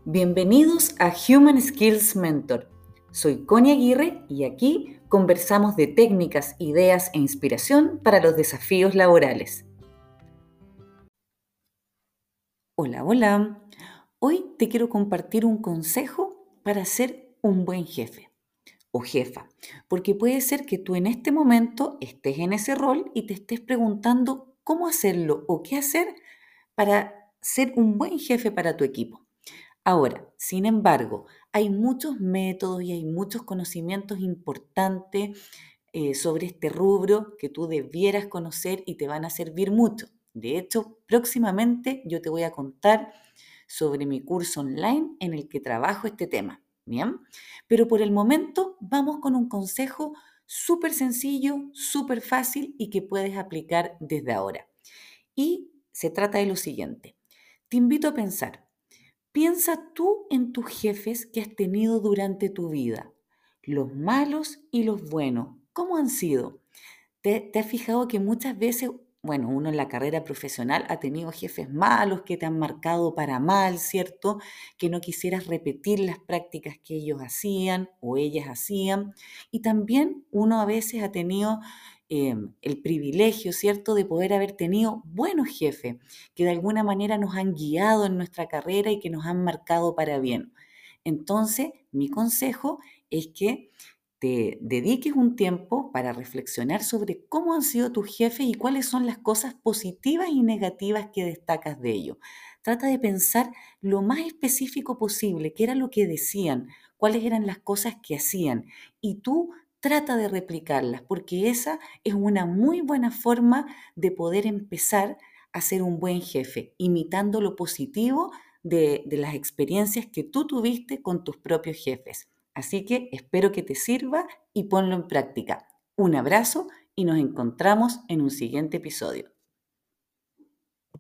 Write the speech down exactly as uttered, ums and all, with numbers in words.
Bienvenidos a Human Skills Mentor. Soy Connie Aguirre y aquí conversamos de técnicas, ideas e inspiración para los desafíos laborales. Hola, hola. Hoy te quiero compartir un consejo para ser un buen jefe o jefa, porque puede ser que tú en este momento estés en ese rol y te estés preguntando cómo hacerlo o qué hacer para ser un buen jefe para tu equipo. Ahora, sin embargo, hay muchos métodos y hay muchos conocimientos importantes eh, sobre este rubro que tú debieras conocer y te van a servir mucho. De hecho, próximamente yo te voy a contar sobre mi curso online en el que trabajo este tema. Bien, pero por el momento vamos con un consejo súper sencillo, súper fácil y que puedes aplicar desde ahora. Y se trata de lo siguiente. Te invito a pensar. Piensa tú en tus jefes que has tenido durante tu vida, los malos y los buenos. ¿Cómo han sido? ¿Te, te has fijado que muchas veces, bueno, uno en la carrera profesional ha tenido jefes malos que te han marcado para mal, ¿cierto? Que no quisieras repetir las prácticas que ellos hacían o ellas hacían. Y también uno a veces ha tenido eh, el privilegio, ¿cierto?, de poder haber tenido buenos jefes que de alguna manera nos han guiado en nuestra carrera y que nos han marcado para bien. Entonces, mi consejo es que te dediques un tiempo para reflexionar sobre cómo han sido tus jefes y cuáles son las cosas positivas y negativas que destacas de ellos. Trata de pensar lo más específico posible, qué era lo que decían, cuáles eran las cosas que hacían, y tú trata de replicarlas, porque esa es una muy buena forma de poder empezar a ser un buen jefe, imitando lo positivo de, de las experiencias que tú tuviste con tus propios jefes. Así que espero que te sirva y ponlo en práctica. Un abrazo y nos encontramos en un siguiente episodio.